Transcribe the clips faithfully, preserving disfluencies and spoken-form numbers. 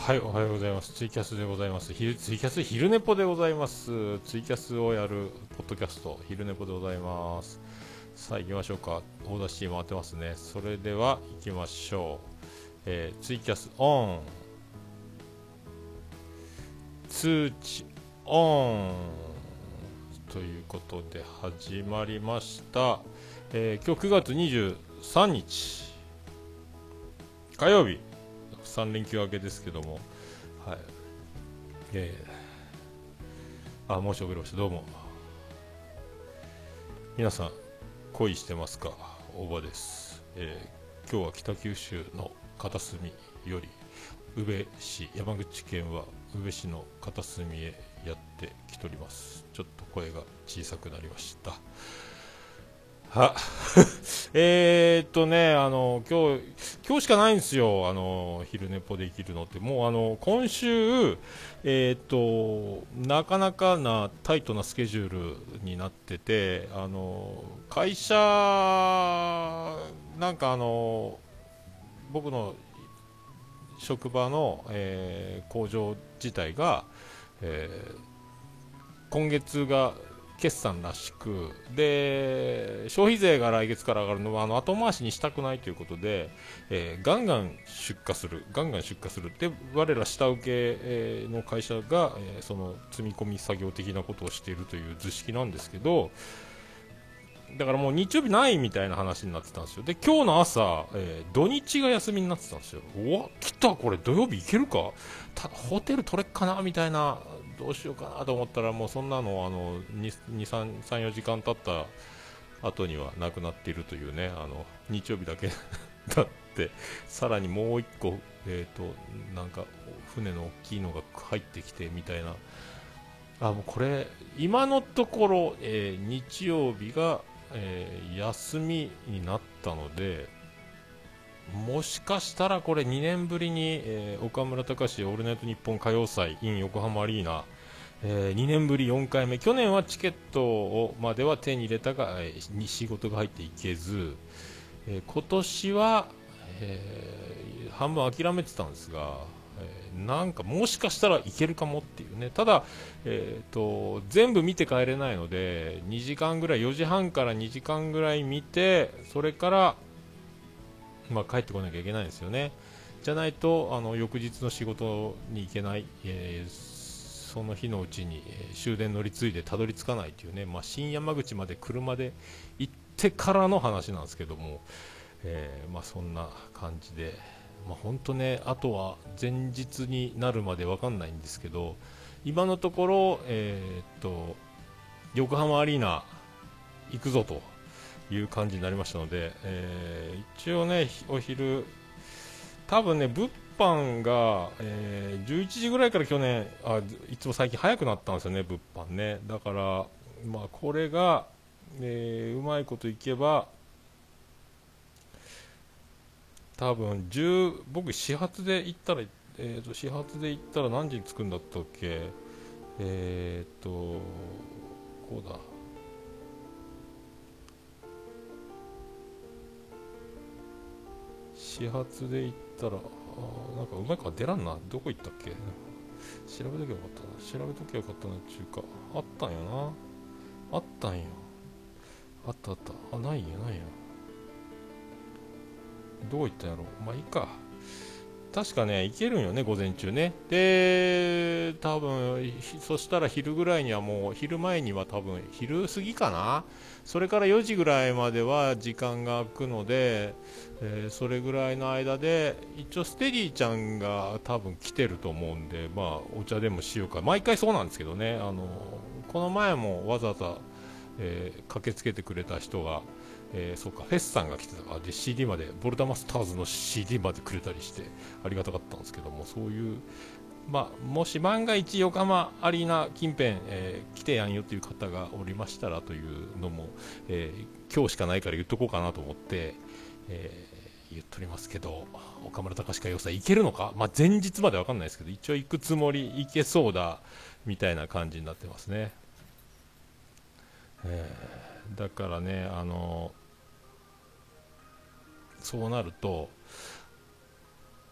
はい、おはようございます。ツイキャスでございます。ひツイキャス、昼寝ぽでございます。ツイキャスをやるポッドキャスト、昼寝ぽでございます。さあ、行きましょうか。オーダーシー回ってますね。それでは、行きましょう。えー、ツイキャスオン。通知オン。ということで、始まりました。えー、今日くがつにじゅうさんにち、火曜日。さん連休明けですけども、はい。えー、あ、申し遅れました。どうも。皆さん、恋してますか？大場です。えー、今日は北九州の片隅より、宇部市、山口県は宇部市の片隅へやってきております。ちょっと声が小さくなりました。はえーっとね、あの今日、今日しかないんですよ、あの昼寝ぽできるのって、もうあの今週、えーっと、なかなかなタイトなスケジュールになってて、あの会社、なんかあの僕の職場の、えー工場自体が、えー今月が決算らしく、で消費税が来月から上がるのはあの後回しにしたくないということで、えーガンガン出荷する、ガンガン出荷するで、我ら下請け、えーの会社が、えーその積み込み作業的なことをしているという図式なんですけど、だからもう日曜日ないみたいな話になってたんですよ。で今日の朝、えー土日が休みになってたんですよ。おわ来た、これ土曜日行けるか、たホテル取れっかなみたいな、どうしようかなと思ったら、もうそんなのあのに、さん、よじかん経った後にはなくなっているというね、あの日曜日だけだって、さらにもう一個、えーとなんか船の大きいのが入ってきてみたいな。あ、もうこれ今のところ、えー日曜日が、えー休みになったので、もしかしたらこれにねんぶりに、えー岡村隆史オールナイトニッポン歌謡祭 in 横浜アリーナ、えーにねんぶりよんかいめ、去年はチケットをまでは手に入れたが、えーに仕事が入っていけず、えー今年は、えー半分諦めてたんですが、えーなんかもしかしたらいけるかもっていうね。ただ、えーと全部見て帰れないので、にじかんぐらい、よじはんからにじかんぐらい見て、それから、まあ、帰ってこなきゃいけないんですよね。じゃないとあの翌日の仕事に行けない、えーその日のうちに、えー終電乗り継いでたどり着かないというね、まあ、新山口まで車で行ってからの話なんですけども、えーまあ、そんな感じで、まあ、本当ね、あとは前日になるまで分かんないんですけど、今のところ、えーっと横浜アリーナ行くぞという感じになりましたので、えー一応ね、お昼、多分ね、物販が、えーじゅういちじぐらいから去年、あ、いつも最近早くなったんですよね、物販ね。だから、まあ、これが、えーうまいこといけば、多分じゅう、僕、始発で行ったら、えーと、始発で行ったら何時に着くんだったっけ、えーと、こうだ、始発で行ったら、あなんかうまいか出らんな、どこ行ったっけ、調べときゃよかったな、調べときゃよかったなっていうか、あったんよな、あったんよ、あったあった、あ、ないよ、ないよ、どこ行ったんやろ、まあいいか、確かね、行けるんよね、午前中ね。で、多分そしたら昼ぐらいにはもう、昼前には多分、昼過ぎかな、それからよじぐらいまでは時間が空くので、えーそれぐらいの間で、一応ステディちゃんが多分来てると思うんで、まあ、お茶でもしようか。毎回そうなんですけどね、あの、この前もわざわざ、えー駆けつけてくれた人が、えーそうか、フェスさんが来てたからで シーディー まで、ボルダマスターズの シーディー までくれたりしてありがたかったんですけども、そういう、まあ、もし万が一横浜アリーナ近辺、えー来てやんよという方がおりましたらというのも、えー今日しかないから言っとこうかなと思って、えー言っとりますけど、岡村隆史歌謡祭行けるのか、まあ、前日までわかんないですけど、一応行くつもり、行けそうだみたいな感じになってますね。えーだからね、あのそうなると、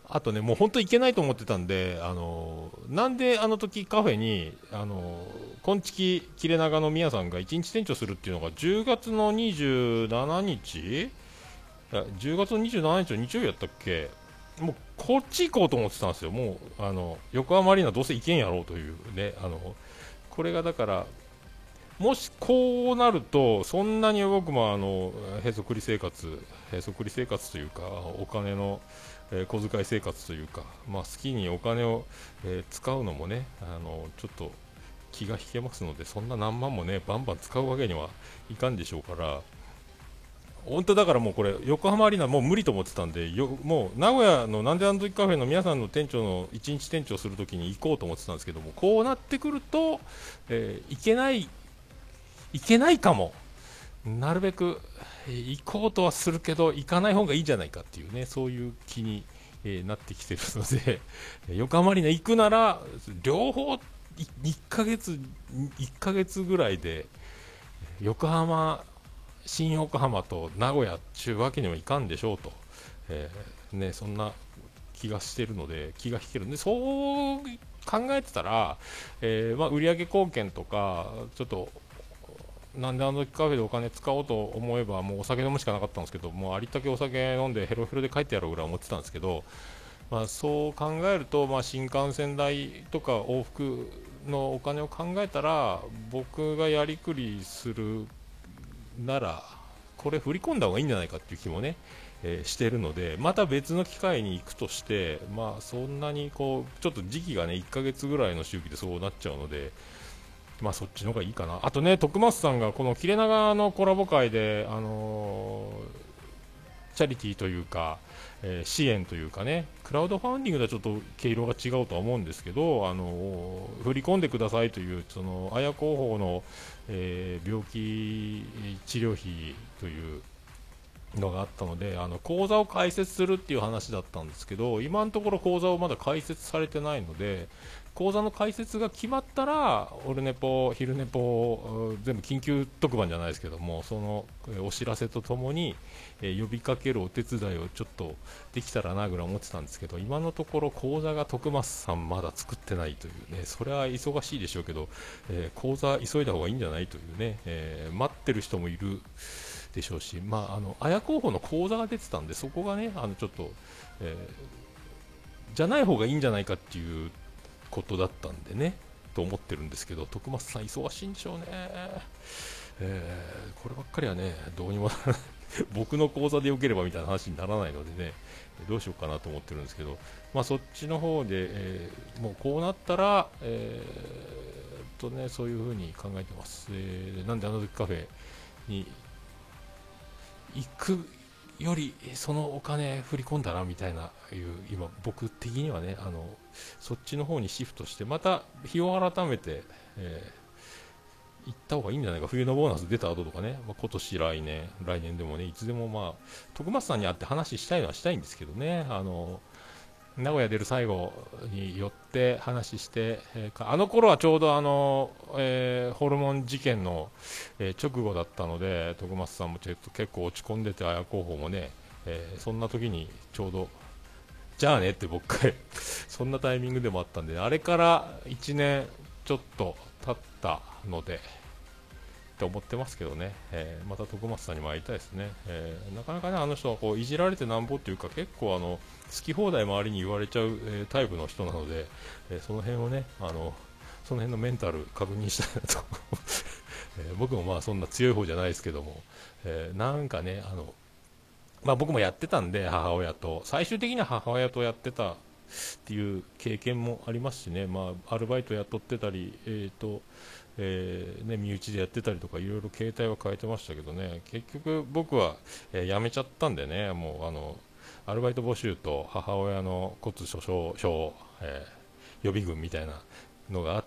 あとね、もう本当行けないと思ってたんで、あのなんであの時カフェに、あのこんちき切れ長のみやさんがいちにち店長するっていうのがじゅうがつのにじゅうしちにち、いやじゅうがつのにじゅうしちにちの日曜日やったっけ。もうこっち行こうと思ってたんですよ。もうあの横浜アリーナどうせ行けんやろうというね、あのこれがだからもしこうなると、そんなに僕もあのへそくり生活、へそくり生活というか、お金の、えー小遣い生活というか、まあ、好きにお金を、えー使うのもね、あのちょっと気が引けますので、そんな何万もね、バンバン使うわけにはいかんでしょうから、本当だからもうこれ、横浜アリーナもう無理と思ってたんで、よもう名古屋のなんであの時カフェの皆さんの店長のいちにち店長するときに行こうと思ってたんですけども、こうなってくると、えー行けないいけないかも、なるべくえー行こうとはするけど行かない方がいいんじゃないかっていうね、そういう気に、えーなってきてるので、横浜アリーナ行くなら両方いいっかげついっかげつぐらいで横浜、新横浜と名古屋っちゅうわけにはいかんでしょうと、えーね、そんな気がしてるので、気が引けるんで、そう考えてたら、えーまあ、売上貢献とかちょっと、なんであの時カフェでお金使おうと思えばもうお酒飲むしかなかったんですけど、もうありったけお酒飲んでヘロヘロで帰ってやろうぐらい思ってたんですけど、まあ、そう考えると、まあ、新幹線代とか往復のお金を考えたら、僕がやりくりするならこれ振り込んだ方がいいんじゃないかっていう気もね、えーしてるので、また別の機会に行くとして、まあ、そんなにこうちょっと時期がねいっかげつぐらいの周期でそうなっちゃうので、まあそっちの方がいいかな。あとね、徳松さんがこの切れ長のコラボ会で、あのーチャリティーというか、えー支援というかね、クラウドファンディングではちょっと毛色が違うとは思うんですけど、あのー振り込んでくださいという、その綾候補の、えー病気治療費というのがあったので、あの口座を開設するっていう話だったんですけど、今のところ口座をまだ開設されてないので、口座の開設が決まったら、オルネポ、昼ネポ、全部緊急特番じゃないですけども、そのえーお知らせとともに、えー呼びかけるお手伝いをちょっとできたらなぐらい思ってたんですけど、今のところ口座が徳松さんまだ作ってないというね、それは忙しいでしょうけど、えー口座急いだ方がいいんじゃないというね、えー待ってる人もいるでしょうし、まあ、あの綾候補の講座が出てたんで、そこがね、あのちょっと、えーじゃない方がいいんじゃないかっていうことだったんでね、と思ってるんですけど、徳松さん、忙しいんでしょうね、えーこればっかりはね、どうにもならない僕の講座でよければみたいな話にならないのでね、どうしようかなと思ってるんですけど、まあ、そっちの方で、えーもうこうなったら、えーっとね、そういう風に考えてます。えーなんであの時カフェに行くよりそのお金振り込んだらみたいないう、今僕的にはね、あのそっちの方にシフトして、また日を改めて、えー行った方がいいんじゃないか、冬のボーナス出た後とかね、まあ、今年来年来年でもね、いつでも、まあ徳松さんに会って話したいのはしたいんですけどね、あの名古屋出る最後に寄って話して、えーあの頃はちょうどあの、えーホルモン事件の、えー直後だったので、徳松さんもちょっと結構落ち込んでて、綾候補もね、えーそんな時にちょうどじゃあねって僕がそんなタイミングでもあったんで、あれからいちねんちょっと経ったのでって思ってますけどね、えーまた徳松さんにも会いたいですね、えーなかなかね、あの人はこういじられてなんぼっていうか、結構あの好き放題周りに言われちゃう、えータイプの人なので、えーその辺をね、あのその辺のメンタル確認したいなと、えー僕もまあそんな強い方じゃないですけども、えーなんかね、あのまあ、僕もやってたんで、母親と最終的には母親とやってたっていう経験もありますしね、まあ、アルバイト雇ってたり、えーとえーね、身内でやってたりとか、いろいろ形態は変えてましたけどね、結局僕は、えー辞めちゃったんでね、もうあのアルバイト募集と母親の骨粗鬆症、えー予備軍みたいなのがあって、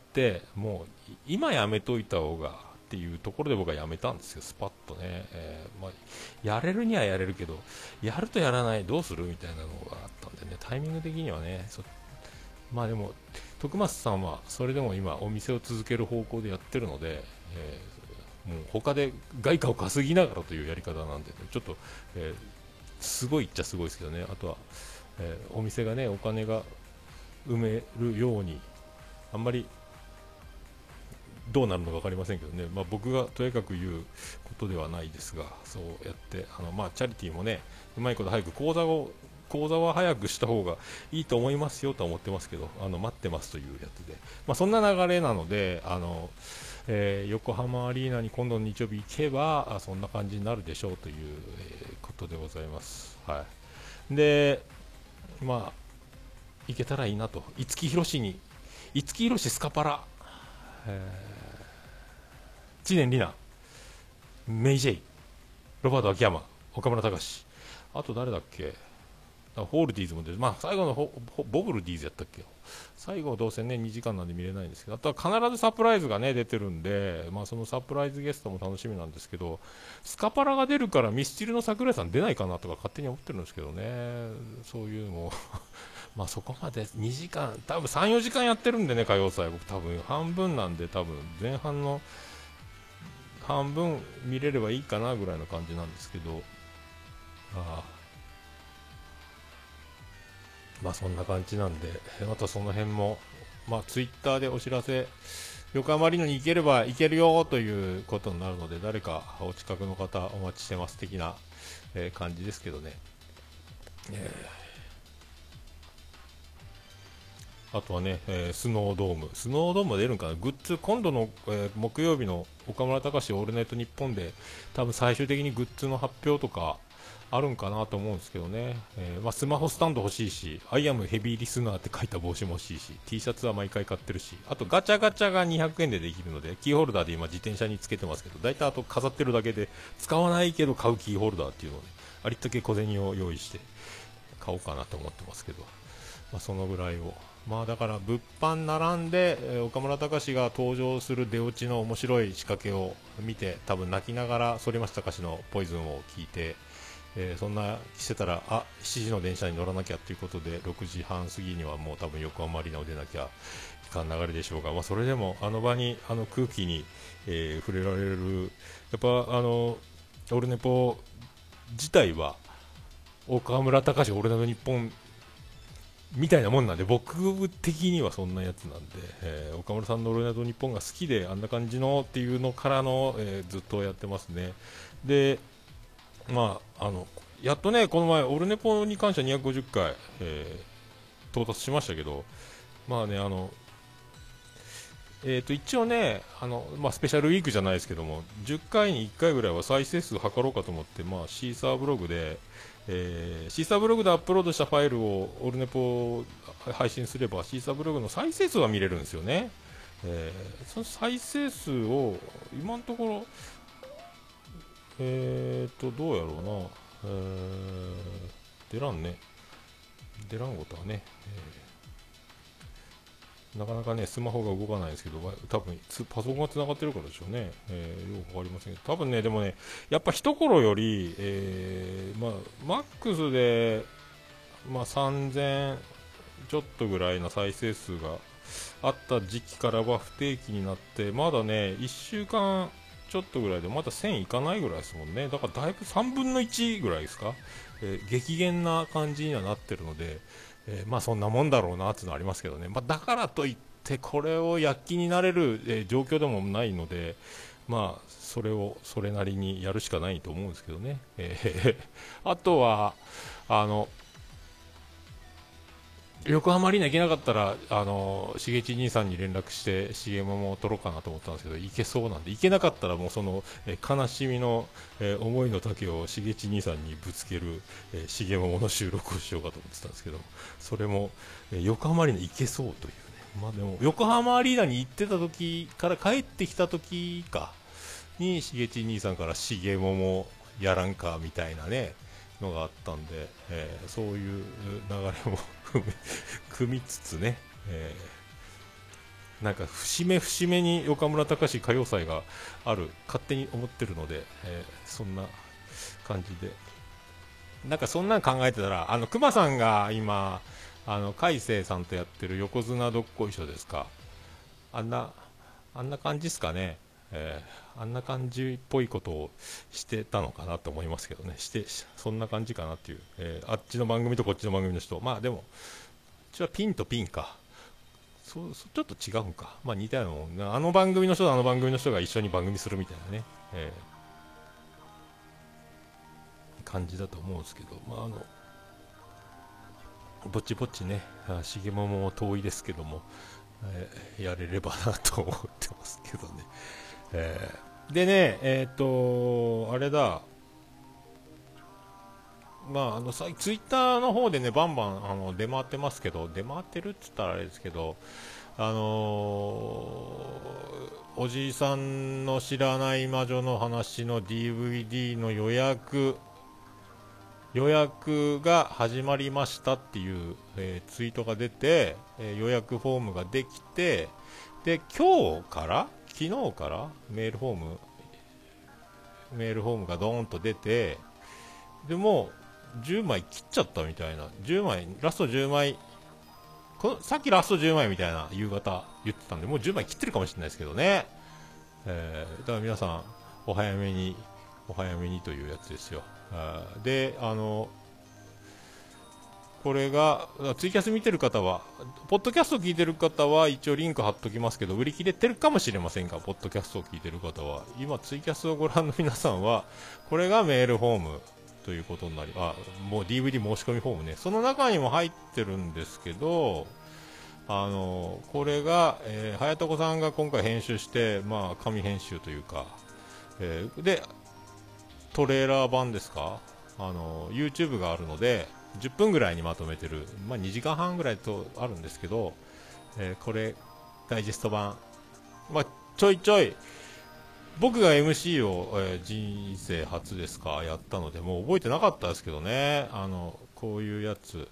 もう今辞めといた方がっていうところで僕は辞めたんですよ、スパッとね、えーまあ、やれるにはやれるけど、やるとやらないどうするみたいなのがあったんでね、タイミング的にはね、そまあでも徳松さんはそれでも今お店を続ける方向でやってるので、えーもう他で外貨を稼ぎながらというやり方なんで、ね、ちょっと、えーすごいっちゃすごいですけどね、あとは、 えーお店がねお金が埋めるように、あんまりどうなるのか分かりませんけどね、まあ、僕がとやかく言うことではないですが、そうやってあの、まあ、チャリティーもねうまいこと早く講座を講座は早くした方がいいと思いますよとは思ってますけど、あの待ってますというやつで、まあ、そんな流れなので、あの、えー横浜アリーナに今度の日曜日行けばあそんな感じになるでしょうという、えーことでございます。はい、で、まあ行けたらいいなと。五木ひろしに五木ひろしスカパラ、えー、知念里奈、メイジェイ、ロバート秋山、岡村隆史、あと誰だっけ、ホールディーズも出る、まあ、最後のホボブルディーズやったっけ、最後どうせねにじかんなんで見れないんですけど、あとは必ずサプライズがね出てるんで、まあ、そのサプライズゲストも楽しみなんですけど、スカパラが出るからミスチルの桜井さん出ないかなとか勝手に思ってるんですけどね、そういうのもまあそこまでにじかん、多分さん、よじかんやってるんでね、歌謡祭、僕多分半分なんで、多分前半の半分見れればいいかなぐらいの感じなんですけど、ああ、まあそんな感じなんで、またその辺も、まあ、ツイッターでお知らせ、横浜アリーナに行ければ行けるよということになるので、誰かお近くの方お待ちしてます的な、えー感じですけどね、えーあとはね、えースノードーム、スノードームは出るんかな、グッズ、今度の、えー木曜日の岡村隆史オールナイトニッポンで、多分最終的にグッズの発表とか、あるんかなと思うんですけどね、えーまあ、スマホスタンド欲しいし、アイアムヘビーリスナーって書いた帽子も欲しいし、T シャツは毎回買ってるし、あとガチャガチャがにひゃくえんでできるので、キーホルダーで今自転車につけてますけど、大体あと飾ってるだけで、使わないけど買うキーホルダーっていうのをね、ありったけ小銭を用意して買おうかなと思ってますけど、まあ、そのぐらいを。まあだから物販並んで、えー岡村隆史が登場する出落ちの面白い仕掛けを見て、多分泣きながら反町隆史のポイズンを聞いて、えーそんなしてたら、あ、しちじの電車に乗らなきゃということで、ろくじはん過ぎにはもう多分横浜アリーナを出なきゃいかん流れでしょうが、まあ、それでもあの場に、あの空気に、えー触れられる、やっぱあのオルネポ自体は岡村隆史、俺の日本みたいなもんなんで、僕的にはそんなやつなんで、えー岡村さんのオールナイトニッポンが好きで、あんな感じのっていうのからの、えーずっとやってますね。で、まあ、あのやっとね、この前、オルネポに関してはにひゃくごじゅっかい、えー到達しましたけど、まあね、あのえー、と一応ね、あのまあ、スペシャルウィークじゃないですけども、じゅっかいにいっかいぐらいは再生数測ろうかと思って、まあ、シーサーブログで、えーシーサーブログでアップロードしたファイルをオルネポを配信すれば、シーサーブログの再生数は見れるんですよね。えーその再生数を今のところ、えーと、どうやろうな、えー出らんね、出らんことはね、えーなかなかね、スマホが動かないですけど、わ多分つパソコンがつながってるからでしょうね、えーよくわかりませんけど、多分ね、でもね、やっぱ一頃より、えーまあ、マックスで、まあ、さんぜんちょっとぐらいの再生数があった時期からは不定期になって、まだね、いっしゅうかんちょっとぐらいで、まだせんいかないぐらいですもんね、だからだいぶさんぶんのいちぐらいですか、えー激減な感じにはなってるので、えーまあそんなもんだろうなっていうのはありますけどね、まあ、だからといってこれを躍起になれる、えー状況でもないので、まあそれをそれなりにやるしかないと思うんですけどね、えーあとはあの横浜アリーナ行けなかったら、あのしげち兄さんに連絡して シーエム も撮ろうかなと思ったんですけど、行けそうなんで、行けなかったらもうその、えー悲しみの、えー思いの丈をしげち兄さんにぶつける、えー、シゲモモの収録をしようかと思ってたんですけど、それも、えー横浜アリーナ行けそうというね、まあでも横浜アリーナに行ってた時から帰ってきた時かにしげち兄さんからしげももやらんかみたいなねのがあったんで、えーそういう流れも組み組みつつね、えーなんか節目節目に岡村隆史歌謡祭がある勝手に思ってるので、えーそんな感じで、なんかそんなん考えてたら、あの熊さんが今あの海星さんとやってる横綱どっこいしょですか、あんなあんな感じですかね、 えー、あんな感じっぽいことをしてたのかなと思いますけどね、してそんな感じかなっていう、えー、あっちの番組とこっちの番組の人、まあでも、こっちはピンとピンか、そうちょっと違うんか、まあ似たようなもんな、あの番組の人とあの番組の人が一緒に番組するみたいなね、えー、感じだと思うんですけど、まああの、ぼちぼちね、しげもも遠いですけども、えーやれればなと思ってますけどね。えーでね、えっ、と、あれだ、まあ、あのさツイッターの方でね、バンバンあの出回ってますけど、出回ってるって言ったらあれですけど、あのーおじいさんの知らない魔女の話の ディーブイディー の予約、予約が始まりましたっていう、えーツイートが出て、えー予約フォームができて、で、今日から昨日からメールフォーム、メールフォームがドーンと出て、でもうじゅうまい切っちゃったみたいな、じゅうまい、ラストじゅうまい、このさっきラストじゅうまいみたいな夕方言ってたんで、もうじゅうまい切ってるかもしれないですけどね、えーだから皆さんお早めにお早めにというやつですよ。あーで、あのこれがツイキャス見てる方は、ポッドキャスト聞いてる方は一応リンク貼っときますけど、売り切れてるかもしれませんが、ポッドキャストを聞いてる方は、今ツイキャスをご覧の皆さんは、これがメールフォームということになり、あ、もう ディーブイディー 申し込みフォームね、その中にも入ってるんですけど、あのこれが、えー、早田子さんが今回編集して、まあ、紙編集というか、えーでトレーラー版ですか、あの YouTube があるのでじゅっぷんぐらいにまとめてる、まあ、にじかんはんぐらいとあるんですけど、えーこれダイジェスト版、まあ、ちょいちょい僕が エムシー を、えー人生初ですかやったので、もう覚えてなかったですけどね、あのこういうやつ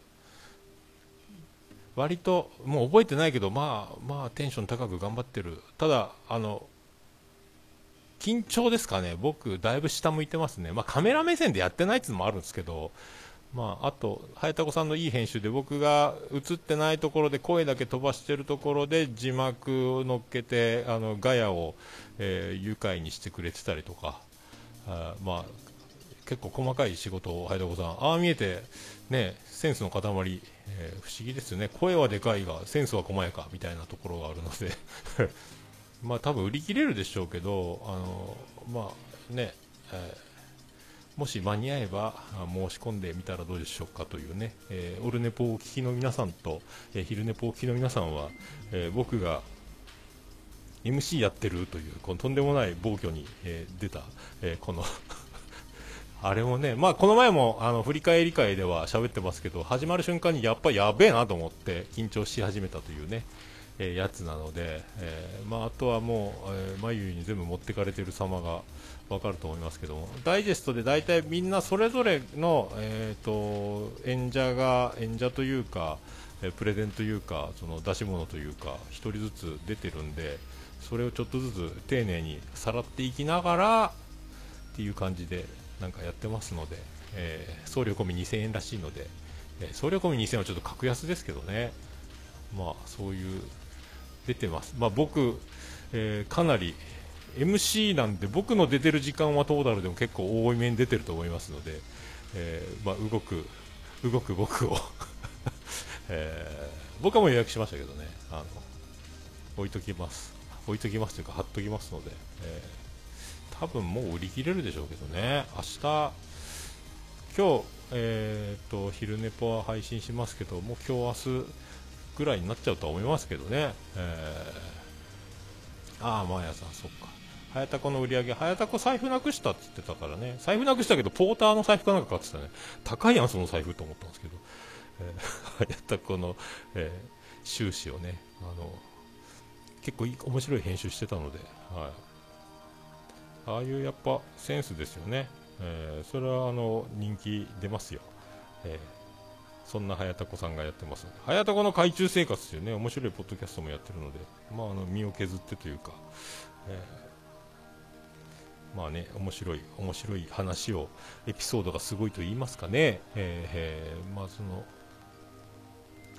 割ともう覚えてないけど、まあまあテンション高く頑張ってる。ただあの緊張ですかね、僕だいぶ下向いてますね。まあカメラ目線でやってないっていうのもあるんですけど、まああと早田子さんのいい編集で、僕が映ってないところで声だけ飛ばしてるところで字幕を乗っけて、あのガヤを、えー愉快にしてくれてたりとか、あーまあ結構細かい仕事を早田子さん、ああ見えてね、センスの塊、えー不思議ですよね。声はでかいがセンスは細やかみたいなところがあるのでまあ多分売り切れるでしょうけど、あのまあね、えーもし間に合えばあ申し込んでみたらどうでしょうかというね、えーオルネポをお聞きの皆さんと、えー昼ネポをお聞きの皆さんは、えー僕が エムシー やってるというこのとんでもない暴挙に、えー出た、えーこのあれもね、まあこの前もあの振り返り会では喋ってますけど、始まる瞬間にやっぱりやべえなと思って緊張し始めたというね、えーやつなので、えーまあ、あとはもう、えー、眉に全部持ってかれてる様がわかると思いますけども、ダイジェストで大体みんなそれぞれの、えー、と演者が演者というか、えープレゼンというか、その出し物というかひとりずつ出てるんで、それをちょっとずつ丁寧にさらっていきながらっていう感じでなんかやってますので、えー送料込みにせんえんらしいので、えー送料込みにせんえんはちょっと格安ですけどね、まあそういう出てます。まあ僕、えーかなり エムシー なんで、僕の出てる時間はトータルでも結構多いめに出てると思いますので、えーまあ、動く動く僕を、えー僕はもう予約しましたけどね、あの置いときます置いときますというか貼っときますので、えー多分もう売り切れるでしょうけどね、明日今日、えー、と昼寝ぽは配信しますけど、もう今日明日ぐらいになっちゃうとは思いますけどね、えー、ああ、マーヤさん、そっか、早田子の売り上げ、早田子財布なくしたって言ってたからね、財布なくしたけど、ポーターの財布かなんか買ってたね、高いやん、その財布と思ったんですけど、えー、早田子の、えー、収支をね、あの結構いい面白い編集してたので、はい、ああいうやっぱセンスですよね、えー、それはあの人気出ますよ、えーそんな早田子さんがやってますので、早田子の海中生活というね、面白いポッドキャストもやってるので、まあ、あの身を削ってというか、えーまあね、面白い面白い話を、エピソードがすごいと言いますかね、えーえーまあ、その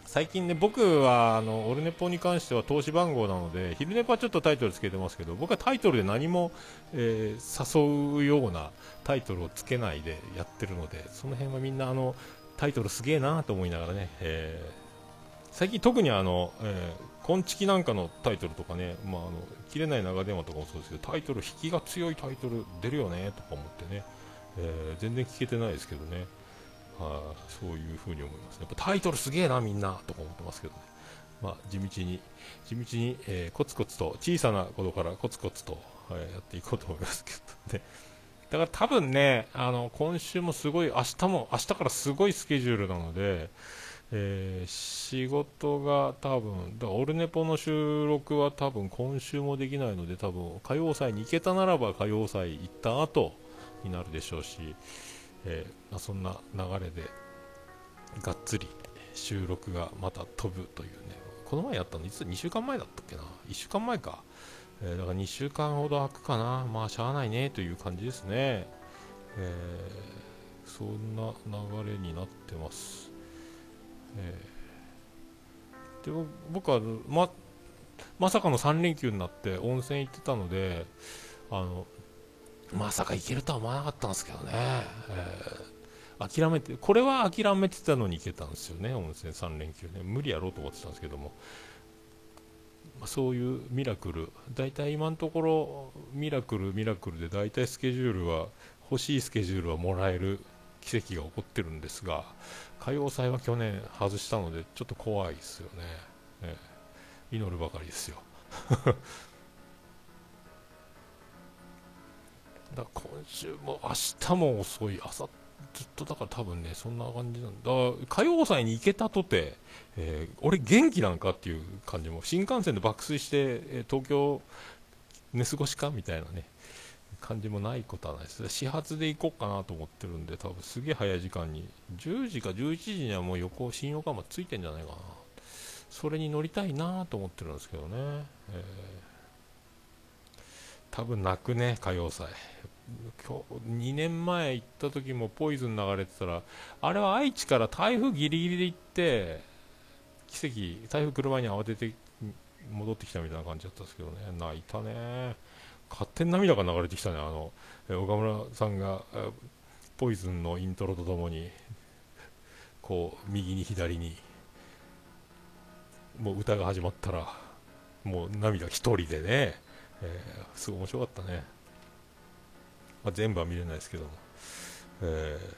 最近ね、僕はあのオルネポに関しては投資番号なので、昼ネポはちょっとタイトルつけてますけど、僕はタイトルで何も、えー誘うようなタイトルをつけないでやってるので、その辺はみんなあのタイトルすげえなと思いながらね、えー最近特にあの、えー、昆虫なんかのタイトルとかね、まあ、あの切れない長電話とかもそうですけど、タイトル引きが強いタイトル出るよねとか思ってね、えー全然聞けてないですけどね。はあ、そういう風に思いますね。やっぱタイトルすげえなみんなとか思ってますけどね。まあ、地道に地道に、えーコツコツと小さなことからコツコツと、はい、やっていこうと思いますけどね。だから多分ね、あの今週もすごい、明日も明日からすごいスケジュールなので、えー仕事が多分、だからオルネポの収録は多分今週もできないので、多分歌謡祭に行けたならば歌謡祭行った後になるでしょうし、えーまあ、そんな流れでがっつり収録がまた飛ぶというね。この前やったのいつにしゅうかんまえだったっけな、いっしゅうかんまえか、えーだからにしゅうかんほど空くかな、まあしゃあないねという感じですね。えーそんな流れになってます。えーで僕はままさかのさん連休になって温泉行ってたので、あのまさか行けるとは思わなかったんですけどね、えー諦めて、これは諦めてたのに行けたんですよね、温泉さん連休ね。無理やろうと思ってたんですけども、まあ、そういうミラクル、大体今のところミラクルミラクルで大体スケジュールは、欲しいスケジュールはもらえる奇跡が起こってるんですが、歌謡祭は去年外したのでちょっと怖いですよね、えー祈るばかりですよ。だから今週も明日も遅い、明後ずっとだから多分ね、そんな感じなんだ。歌謡祭に行けたとて、えー俺元気なんかっていう感じも、新幹線で爆睡して、えー東京寝過ごしかみたいなね、感じもないことはないです。始発で行こうかなと思ってるんで、多分すげえ早い時間に、じゅうじかじゅういちじにはもう横、新横浜ついてんじゃないかな。それに乗りたいなと思ってるんですけどね。えー多分泣くね、歌謡祭。今日にねんまえ行った時もポイズン流れてたら、あれは愛知から台風ギリギリで行って、奇跡、台風来る前に慌てて戻ってきたみたいな感じだったんですけどね、泣いたね。勝手に涙が流れてきたね、あの岡村さんがポイズンのイントロとともに、こう右に左に、もう歌が始まったら、もう涙一人でね、えーすごい面白かったね。まあ、全部は見れないですけども、えー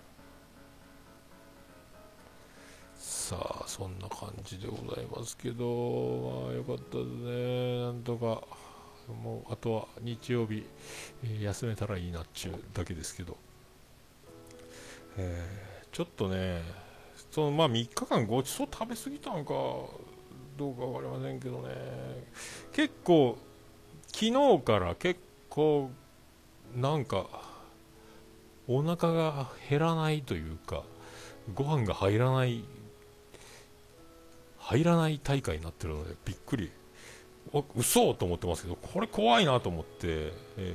さあそんな感じでございますけど、まあよかったですね、なんとか。もうあとは日曜日、えー休めたらいいなっちゅうだけですけど、えーちょっとね、そのまあみっかかんごちそう食べ過ぎたんかどうか分かりませんけどね、結構昨日から結構なんかお腹が減らないというか、ご飯が入らない入らない大会になってるのでびっくり、お嘘と思ってますけど、これ怖いなと思って、え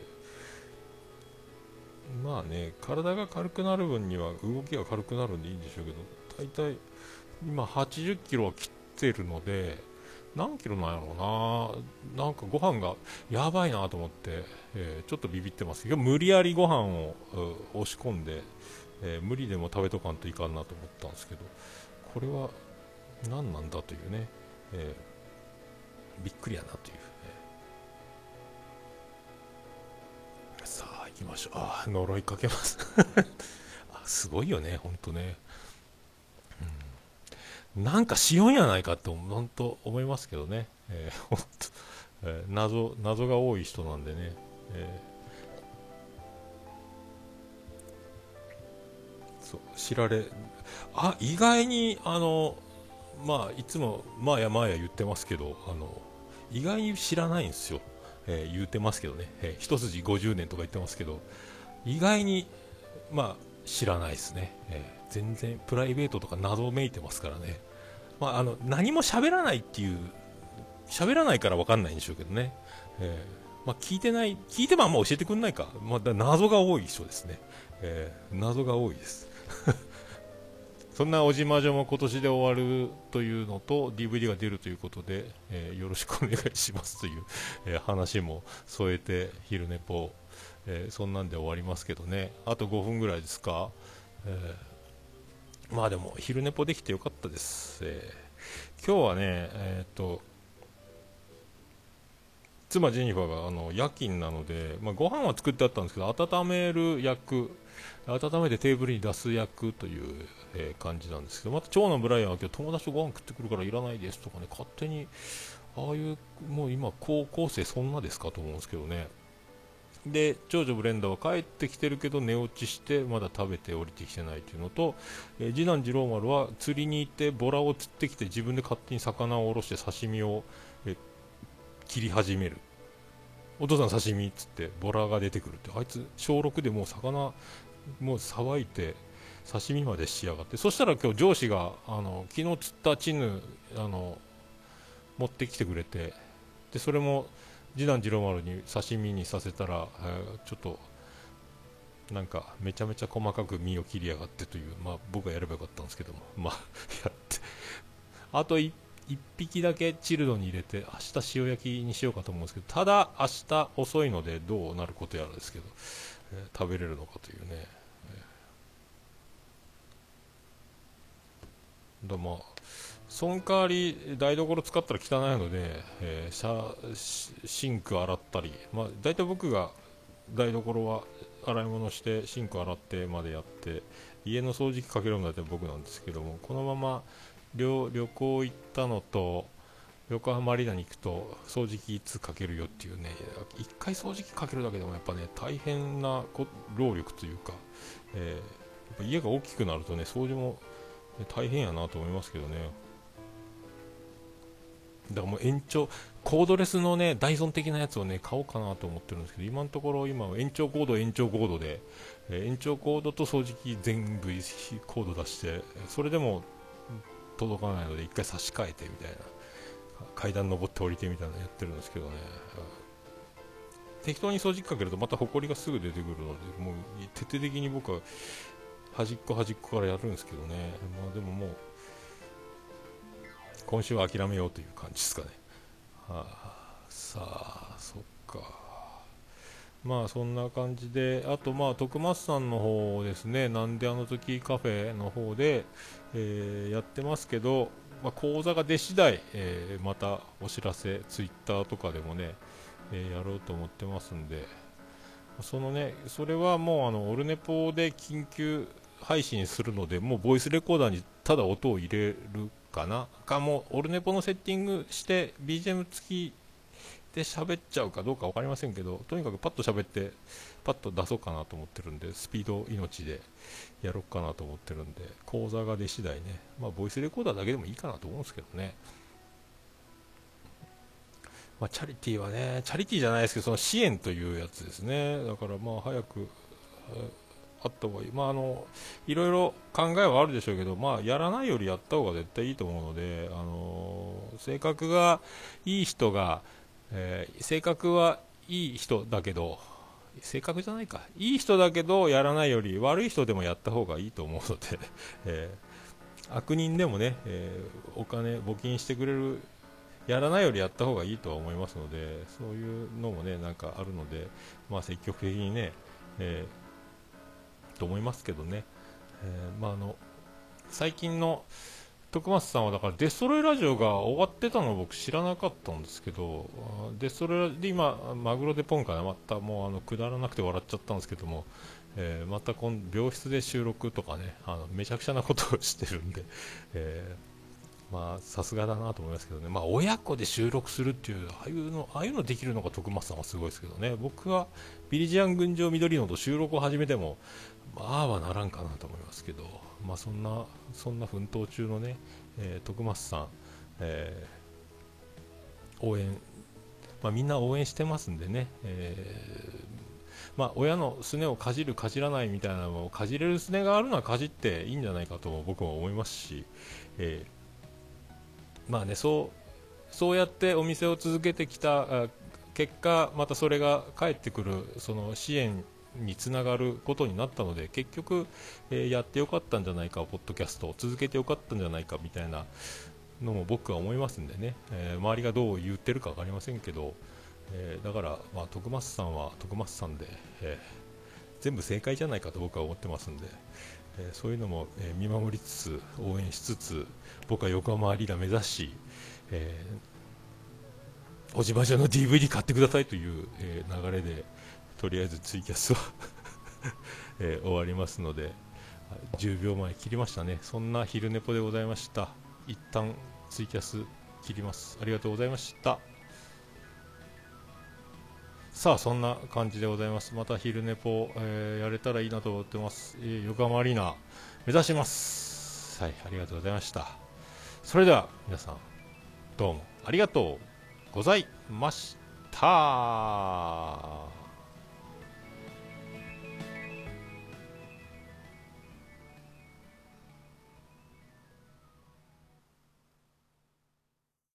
ーまあね、体が軽くなる分には動きが軽くなるんでいいんでしょうけど、大体今はちじゅっキロは切ってるので、何キロなんやろうな、なんかご飯がやばいなと思って、えーちょっとビビってますけど、無理やりご飯をう押し込んで、えー無理でも食べとかんといかんなと思ったんですけど、これは何なんだというね、えーびっくりやなという、えーさあ行きましょう。あー呪いかけますあ、すごいよねほんとね、なんかしようんやないかと本当思いますけどね、えー、ほんと、えー謎謎が多い人なんでね、えーそう知られ、あ、意外にあのまあいつもまあやまあや言ってますけど、あの意外に知らないんですよ、えー言ってますけどね、えー一筋ごじゅうねんとか言ってますけど、意外にまあ知らないですね、えー全然プライベートとか謎めいてますからね、まあ、あの何も喋らないっていう、喋らないから分かんないんでしょうけどね、えーまあ、聞いてない、聞いてもあんま教えてくれないか、まあ、だ謎が多い人ですね、えー謎が多いですそんなおじまじょも今年で終わるというのと ディーブイディー が出るということで、えーよろしくお願いしますという、えー話も添えて昼寝ぽ、えーそんなんで終わりますけどね。あとごふんぐらいですか。えーまあでも昼寝ぽできてよかったです。えー今日はね、えーっと妻ジェニファーがあの夜勤なので、まあ、ご飯は作ってあったんですけど、温める役、温めてテーブルに出す役という、えー感じなんですけど、また長男ブライアンは今日友達とご飯食ってくるからいらないですとかね、勝手にああいう、もう今高校生そんなですかと思うんですけどね。で長女ブレンダーは帰ってきてるけど寝落ちしてまだ食べて降りてきてないというのと、えー次男次郎丸は釣りに行ってボラを釣ってきて自分で勝手に魚をおろして刺身を、えー切り始める。お父さん刺身っつってボラが出てくるって、あいつ小ろくでもう魚もうさばいて刺身までしやがって。そしたら今日上司があの昨日釣ったチヌあの持ってきてくれて、でそれも次男次郎丸に刺身にさせたら、えーちょっとなんかめちゃめちゃ細かく身を切りやがってという、まあ僕がやればよかったんですけども、まあやってあといいっぴきだけチルドに入れて明日塩焼きにしようかと思うんですけど、ただ明日遅いのでどうなることやらですけど、えー食べれるのかというね。だまあその代わり台所使ったら汚いので、えーシャシシンク洗ったり、まあ大体僕が台所は洗い物してシンク洗ってまでやって、家の掃除機かけるのだって僕なんですけども、このまま旅旅行行ったのと横浜アリーナに行くと掃除機いつかけるよっていうね、いっかい掃除機かけるだけでもやっぱね大変なこ労力というか、えーやっぱ家が大きくなるとね掃除も大変やなと思いますけどね。だからもう延長コードレスのねダイソン的なやつをね買おうかなと思ってるんですけど、今のところ今延長コード延長コードで、えー延長コードと掃除機全部コード出してそれでも届かないので一回差し替えてみたいな、階段登って降りてみたいなのやってるんですけどね。適当に掃除機かけるとまたホコリがすぐ出てくるので、もう徹底的に僕は端っこ端っこからやるんですけどね。まあでももう今週は諦めようという感じですかね。はあ、さあそっか。まあそんな感じで、あとまあ徳松さんの方ですね、なんであの時カフェの方で、えーやってますけど、まあ、講座が出次第、えーまたお知らせツイッターとかでもね、えーやろうと思ってますんで、そのねそれはもうあのオルネポで緊急配信するので、もうボイスレコーダーにただ音を入れるかなか、もうオルネポのセッティングして ビージーエム 付きで喋っちゃうかどうか分かりませんけど、とにかくパッと喋ってパッと出そうかなと思ってるんで、スピード命でやろうかなと思ってるんで、講座が出次第ね、まあボイスレコーダーだけでもいいかなと思うんですけどね。まあチャリティーはね、チャリティーじゃないですけど、その支援というやつですね。だからまあ早くあった方がいい。まああのいろいろ考えはあるでしょうけど、まあやらないよりやった方が絶対いいと思うので、あの性格がいい人が、えー性格はいい人だけど、性格じゃないか、いい人だけどやらないより悪い人でもやった方がいいと思うので、えー悪人でもね、えーお金募金してくれる、やらないよりやった方がいいとは思いますので、そういうのもねなんかあるので、まあ積極的にね、えーと思いますけどね。えーまああの最近の徳松さんはだからデストロイラジオが終わってたのを僕知らなかったんですけど、あデストロイラで今マグロでポンかな、またもうあのくだらなくて笑っちゃったんですけども、えーまた今病室で収録とかね、あのめちゃくちゃなことをしてるんで、えーまあさすがだなと思いますけどね。まあ親子で収録するっていうああいうのああいうのできるのが徳松さんはすごいですけどね。僕はビリジアン群青緑のと収録を始めてもまあはならんかなと思いますけど、まあそんなそんな奮闘中のね、えー徳松さん、えー応援、まあみんな応援してますんでね。えーまあ、親のすねをかじるかじらないみたいなのをかじれるすねがあるのはかじっていいんじゃないかと僕も思いますし、えーまあね、そうそうやってお店を続けてきた結果、またそれが返ってくる、その支援につながることになったので、結局、えーやってよかったんじゃないか、ポッドキャストを続けてよかったんじゃないかみたいなのも僕は思いますんでね、えー周りがどう言ってるか分かりませんけど、えーだから、まあ、徳松さんは徳松さんで、えー全部正解じゃないかと僕は思ってますんで、えーそういうのも、えー見守りつつ応援しつつ、僕は横浜アリーナ目指し、えー、おじまじょの ディーブイディー 買ってくださいという、えー流れでとりあえずツイキャスは、えー終わりますので、じゅうびょうまえ切りましたね。そんな昼寝ぽでございました。一旦ツイキャス切ります。ありがとうございました。さあそんな感じでございます。また昼寝ぽ、えーやれたらいいなと思ってます。えー横浜アリーナ目指します。はい、ありがとうございました。それでは皆さんどうもありがとうございました。